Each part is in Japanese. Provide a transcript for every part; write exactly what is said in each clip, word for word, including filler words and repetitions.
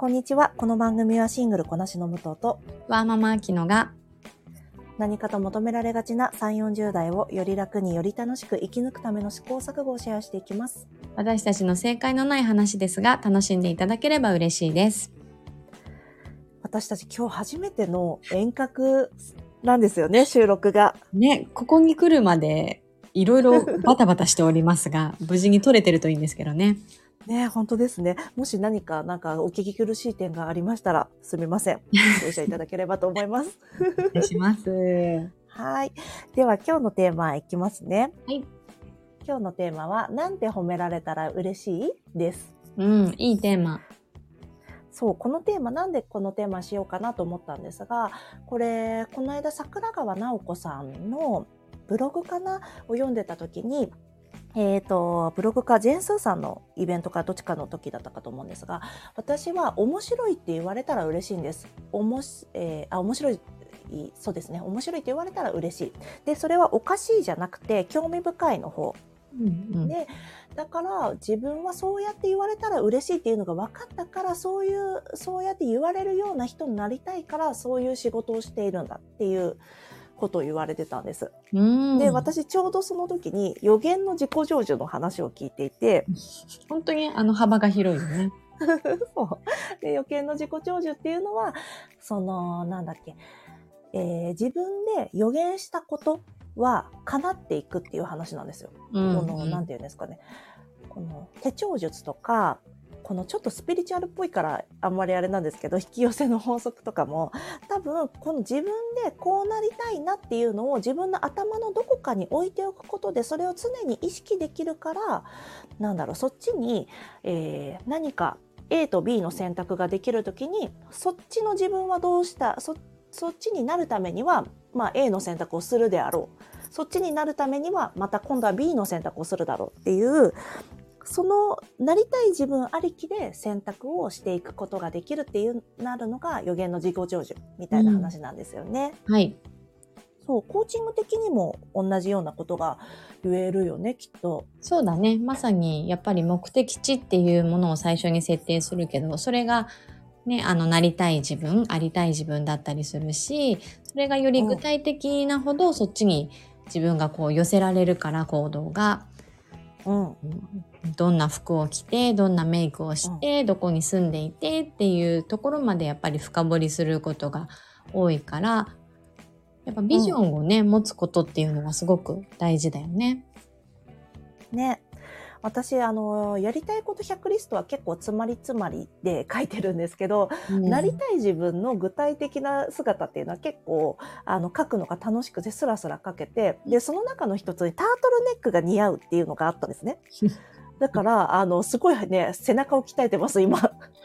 こんにちは。この番組はシングルこなしの武藤とワーママアキノが何かと求められがちなさんじゅう、よんじゅう代をより楽により楽しく生き抜くための試行錯誤をシェアしていきます。 私たちの正解のない話ですが楽しんでいただければ嬉しいです。 私たち今日初めての遠隔なんですよね、収録が。 ね、ここに来るまでいろいろバタバタしておりますが無事に撮れてるといいんですけどね。 ね、本当ですね。もし何かなんかお聞き苦しい点がありましたらすみません。ご容赦いただければと思います。 お願いします。 はい。では今日のテーマいきますね。 はい。 今日のテーマはなんて褒められたら嬉しいです。 うん、いいテーマ。 そう、このテーマなんでこのテーマしようかなと思ったんですが、これこの間桜川直子さんのブログかなを読んでた時に。えっと、ブログかジェーンスーさんのイベントかどっちかの時だったかと思うんですが、私は面白いって言われたら嬉しいんです。おもし、えー、あ、面白い、そうですね。面白いって言われたら嬉しい。で、それはおかしいじゃなくて興味深いの方。 うんうん、 で、だから自分はそうやって言われたら嬉しいっていうのが分かったから、そういう、そうやって言われるような人になりたいから、そういう仕事をしているんだっていうことを言われてたんです。 うんで、私ちょうどその時に予言の自己成就の話を聞いていて、 本当にあの幅が広いよね。 そうで予見の自己成就っていうのはそのなんだっけ、えー、自分で予言したことは叶っていくっていう話なんですよ。 うんうん、 このなんていうんですかね、この手帳術とかこのちょっとスピリチュアルっぽいからあんまりあれなんですけど、引き寄せの法則とかも多分この自分でこうなりたいなっていうのを自分の頭のどこかに置いておくことで、それを常に意識できるから、なんだろう、そっちに、えー、何か A と B の選択ができるときに、そっちの自分はどうしたそ、そっちになるためには、まあ、A の選択をするであろう、そっちになるためにはまた今度は B の選択をするだろうっていう、そのなりたい自分ありきで選択をしていくことができるっていうなるのが予言の自己成就みたいな話なんですよね。 うん、はい。 そう、コーチング的にも同じようなことが言えるよね、きっと。 そうだね。まさにやっぱり目的地っていうものを最初に設定するけど、それがね、あのなりたい自分、ありたい自分だったりするし、それがより具体的なほど、うん、そっちに自分がこう寄せられるから行動が、 うん、 どんな服を着て、どんなメイクをして、うん、どこに住んでいてっていうところまでやっぱり深掘りすることが多いから、やっぱビジョンをね、うん、持つことっていうのはすごく大事だよね。 ね。私、あの、やりたいことひゃくリストは結構つまりつまりで書いてるんですけど、うん、なりたい自分の具体的な姿っていうのは結構、あの、書くのが楽しくてスラスラ書けて、で、その中の一つにタートルネックが似合うっていうのがあったんですね。だから、あの、すごいね、背中を鍛えてます、今。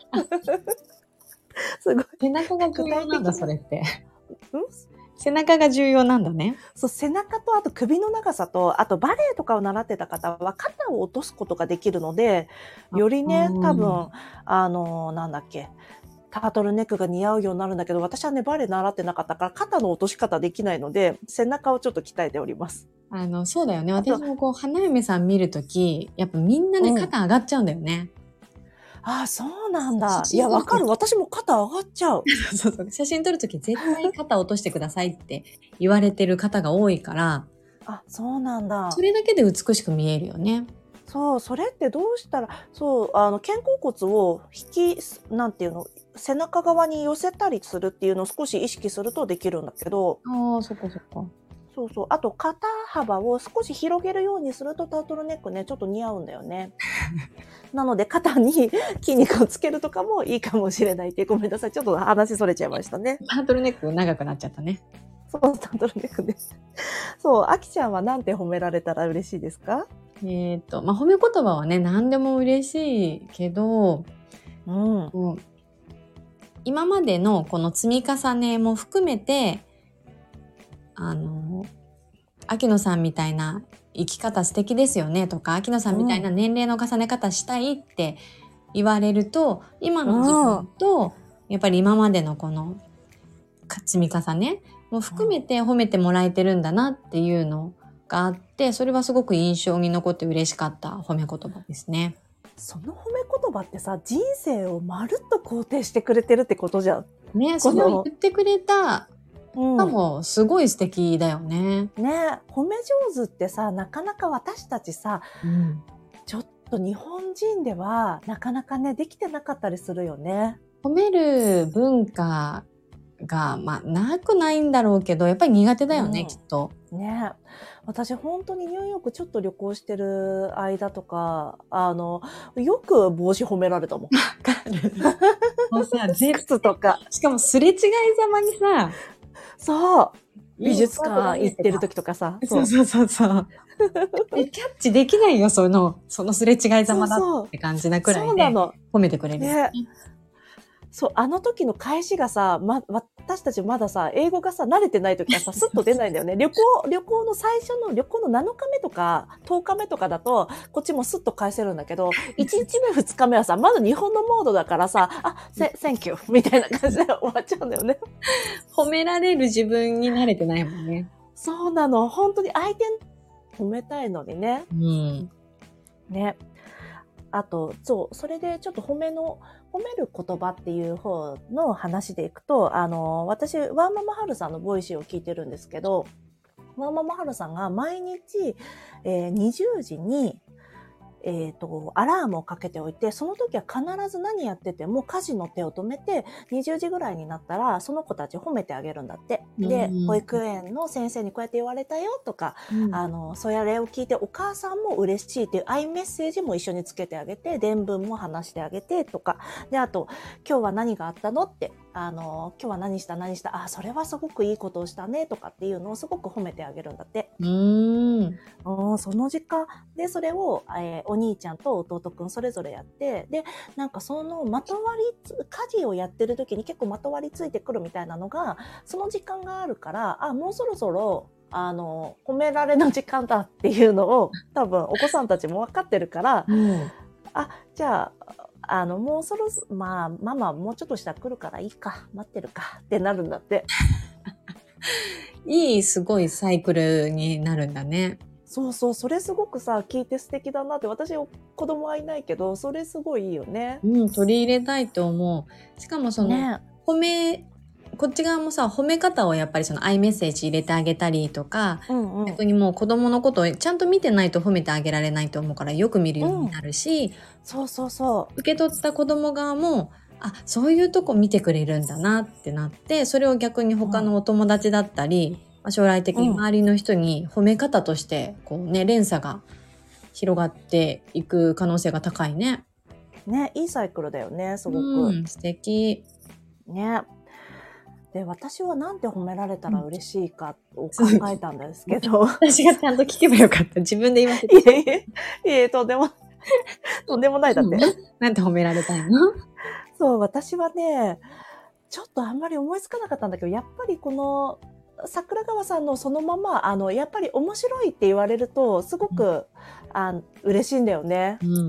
すごい。 背中が重要なんだ、それって。 うん背中が重要なんだね。 そう、背中とあと首の長さと、あとバレエとかを習ってた方は肩を落とすことができるので、よりね、多分、あの、なんだっけ、タートルネックが似合うようになるんだけど、私はね、バレエ習ってなかったから肩の落とし方できないので、背中をちょっと鍛えております。 あの、そうだよね。私もこう、花嫁さん見るとき、やっぱみんなね、肩上がっちゃうんだよね。 ああ、そうなんだ。いや、わかる。私も肩上がっちゃう。 そうそう。写真撮るとき絶対肩落としてくださいって言われてる方が多いから。 あ、そうなんだ。 それだけで美しく見えるよね。 そう、それってどうしたら、そう、あの、肩甲骨を引き、なんていうの、背中側に寄せたりするっていうのを少し意識するとできるんだけど。 ああ、そっかそっか。 そうそう。あと、肩幅を少し広げるようにするとタートルネックね、ちょっと似合うんだよね。なので、肩に筋肉をつけるとかもいいかもしれないっていう、ごめんなさい。ちょっと話それちゃいましたね。 タートルネック長くなっちゃったね。 そう、タートルネックです。そう、あきちゃんはなんて褒められたら嬉しいですか？ えっと、まあ、褒め言葉はね、何でも嬉しいけど、 うん。 うん、今までのこの積み重ねも含めて、あの、秋野さんみたいな生き方素敵ですよねとか、秋野さんみたいな年齢の重ね方したいって言われると、うん、今の自分と、やっぱり今までのこの積み重ねも含めて褒めてもらえてるんだなっていうのがあって、それはすごく印象に残って嬉しかった褒め言葉ですね。 その褒め言葉ってさ、人生をまるっと肯定してくれてるってことじゃん。 ね、それを言ってくれた、 うん。 かも、すごい素敵だよね。 ね、褒め上手ってさ、なかなか私たちさ、 うん、 ちょっと日本人ではなかなかね、できてなかったりするよね。 褒める文化が、まあ、なくないんだろうけど、やっぱり苦手だよね、 うん、 きっと。 ね、私本当にニューヨークちょっと旅行してる間とか、あの、よく帽子褒められたもん。 わかる。もうさ、 靴とか。 しかもすれ違いざまにさ、 そう。美術いい怖くないとか館行ってる時とかさ。 そうそうそうそう。えキャッチできないよ、その、そのすれ違いざまだって感じなくらいで褒めてくれる。 ね。そう、あの時の返しがさ、ま、私たちまださ、英語がさ、慣れてない時はさ、スッと出ないんだよね。旅行、旅行の最初の、旅行のなのかめとか、とおかめとかだと、こっちもスッと返せるんだけど、いちにちめふつかめはさ、まだ日本のモードだからさ、あ、セ、センキューみたいな感じで終わっちゃうんだよね。 褒められる自分に慣れてないもんね。 そうなの。本当に相手に褒めたいのにね。 うん。 ね。あと、そう、それでちょっと褒めの、褒める言葉っていう方の話でいくと、あの、私、ワーママハルさんのボイシーを聞いてるんですけど、ワーママハルさんが毎日、えー、にじゅうじに、えっと、アラームをかけておいて、その時は必ず何やってても家事の手を止めて、にじゅうじぐらいになったら、その子たち褒めてあげるんだって。で、保育園の先生にこうやって言われたよとか、うん、あの、それを聞いてお母さんも嬉しいっていうアイメッセージも一緒につけてあげて、伝聞も話してあげてとか、で、あと、今日は何があったのって、あの、今日は何した何した、あ、それはすごくいいことをしたねとかっていうのをすごく褒めてあげるんだって。 うーん。 うん、その時間で、それを、えー、お兄ちゃんと弟くんそれぞれやって、で、なんかそのまとわりつ、家事をやってる時に結構まとわりついてくるみたいなのが、その時間があるから、あ、もうそろそろ、あの、褒められの時間だっていうのを、多分お子さんたちも分かってるから、うん、あ、じゃあ、あの、もうそろそろ、まあ、ママもうちょっとしたら来るからいいか、待ってるかってなるんだって。 いい、すごいサイクルになるんだね。 そうそう、それすごくさ、聞いて素敵だなって、私子供はいないけど、それすごいいいよね。 うん、取り入れたいと思う。しかもその、ね、褒め、こっち側もさ、褒め方をやっぱりそのアイメッセージ入れてあげたりとか、うんうん、逆にもう子供のことをちゃんと見てないと褒めてあげられないと思うからよく見るようになるし、うん、 そうそうそう。 受け取った子供側も、あ、そういうとこ見てくれるんだなってなって、それを逆に他のお友達だったり、うん、将来的に周りの人に褒め方として、こうね、連鎖が広がっていく可能性が高いね。 ね、いいサイクルだよね、すごく。 うん、素敵。 ね。で、私はなんて褒められたら嬉しいかを考えたんですけど。 私がちゃんと聞けばよかった。自分で言わせて。 いえいえ、いえ、とんでも、とんでもないだって。 なんて褒められたいの？ そう、私はね、ちょっとあんまり思いつかなかったんだけど、やっぱりこの、桜川さんのそのまま、あの、やっぱり面白いって言われると、すごく、うん、あ嬉しいんだよね。 うんうん、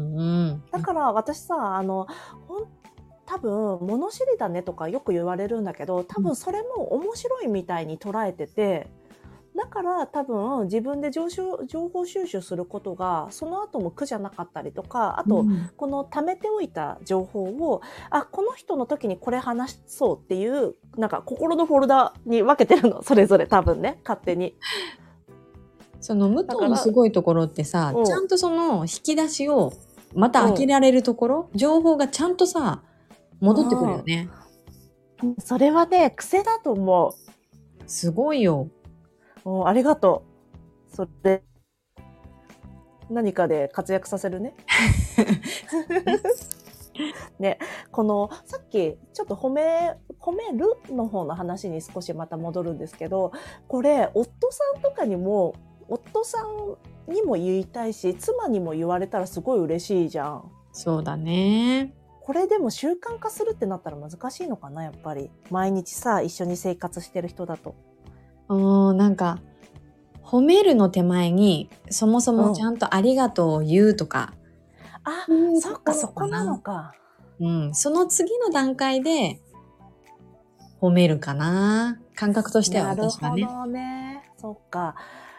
だから私さ、あの、ほん、多分、物知りだねとかよく言われるんだけど、多分それも面白いみたいに捉えてて、だから多分自分で情報、情報収集することがその後も苦じゃなかったりとか、あと、うん、この貯めておいた情報を、あ、この人の時にこれ話そうっていう、なんか心のフォルダに分けてるの、それぞれ多分ね、勝手に。 その武藤のすごいところってさ、ちゃんとその引き出しをまた開けられるところ、うん、情報がちゃんとさ、戻ってくるよね。 うん、それはね、癖だと思う。 すごいよ。 お、ありがとう。それ、何かで活躍させるね。ね、この、さっき、ちょっと褒め、褒めるの方の話に少しまた戻るんですけど、これ、夫さんとかにも、夫さんにも言いたいし、妻にも言われたらすごい嬉しいじゃん。 そうだね。 これでも習慣化するってなったら難しいのかな、やっぱり。毎日さ、一緒に生活してる人だと。 うん、なんか、褒めるの手前に、そもそもちゃんとありがとうを言うとか。 うん、あ、そっか、そこなのか。 うん、その次の段階で、褒めるかな。感覚としては私はね。 なるほどね。そっか。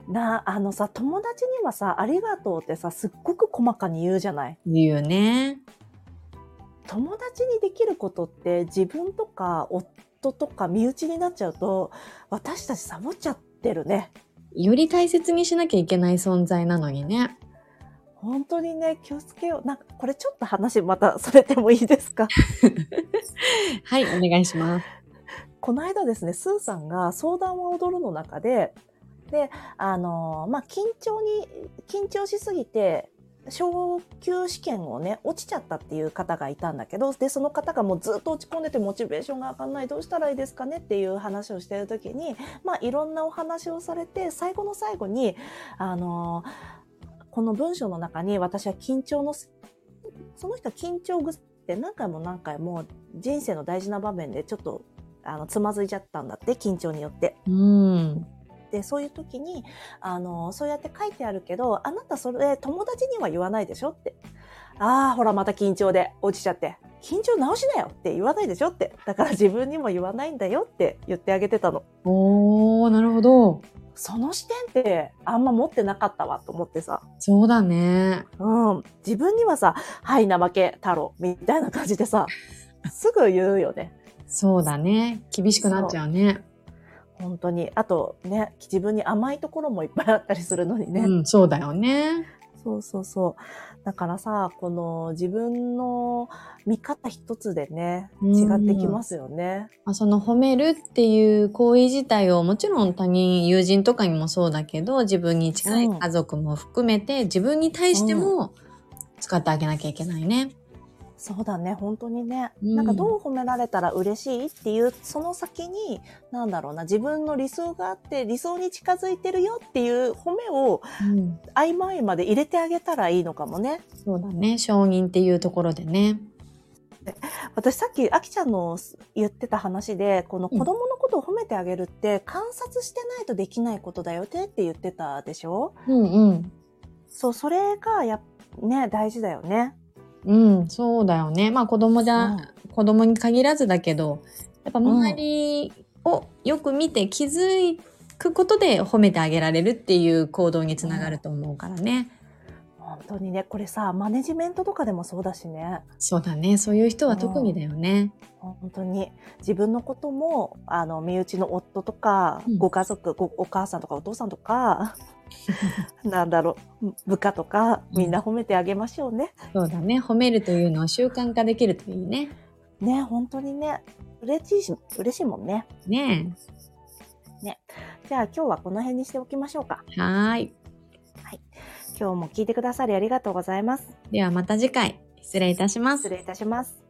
な、あのさ、友達にはさ、ありがとうってさ、すっごく細かに言うじゃない。 言うね。 友達にできることって自分とか夫とか身内になっちゃうと、私たちサボっちゃってるね。 より大切にしなきゃいけない存在なのにね。 本当にね、気をつけよう。なんか、これちょっと話またそれてもいいですか？ はい、お願いします。 この間ですね、スーさんが相談は踊るの中で、で、あの、まあ、緊張に、緊張しすぎて、昇級試験をね、落ちちゃったっていう方がいたんだけど、で、その方がもうずっと落ち込んでてモチベーションが上がんない、どうしたらいいですかねっていう話をしているときに、まあ、いろんなお話をされて、最後の最後に、あの、この文章の中に私は緊張の、その人は緊張ぐって何回も何回も人生の大事な場面でちょっとあのつまずいちゃったんだって、緊張によって。 うん。 で、そういう時に、あの、そうやって書いてあるけど、あなたそれ友達には言わないでしょって。ああ、ほらまた緊張で落ちちゃって。緊張直しなよって言わないでしょって。だから自分にも言わないんだよって言ってあげてたの。 おー、なるほど。 その視点ってあんま持ってなかったわと思ってさ。 そうだね。 うん。自分にはさ、はい、怠け太郎みたいな感じでさ、すぐ言うよね。 そうだね。厳しくなっちゃうね。 本当に。あとね、自分に甘いところもいっぱいあったりするのにね。 うん、そうだよね。 そうそうそう。だからさ、この自分の見方一つでね、違ってきますよね。 まあ、その褒めるっていう行為自体をもちろん他人、友人とかにもそうだけど、自分に近い家族も含めて、うん、自分に対しても使ってあげなきゃいけないね。 そうだね、本当にね、うん。なんかどう褒められたら嬉しいっていう、その先に、なんだろうな、自分の理想があって、理想に近づいてるよっていう褒めを、合間合間で入れてあげたらいいのかもね。 そうだね、承認っていうところでね。 私さっき、あきちゃんの言ってた話で、この子供のことを褒めてあげるって、観察してないとできないことだよねって言ってたでしょ？ うんうん。 そう、それがやね、大事だよね。 うん、そうだよね。まあ子供じゃ、うん、子供に限らずだけど、やっぱ周りをよく見て気づくことで褒めてあげられるっていう行動につながると思うからね。 うん、本当にね、これさ、マネジメントとかでもそうだしね。 そうだね。そういう人は特にだよね。 うん、本当に。自分のことも、あの、身内の夫とか、うん、ご家族ご、お母さんとかお父さんとか、なんだろう、部下とか、みんな褒めてあげましょうね。 うん、そうだね。褒めるというのを習慣化できるといいね。 ね、本当にね。嬉しいし、嬉しいもんね。 ねえ。ね。じゃあ今日はこの辺にしておきましょうか。 はーい。 はい。今日も聞いてくださりありがとうございます。 ではまた次回、失礼いたします。 失礼いたします。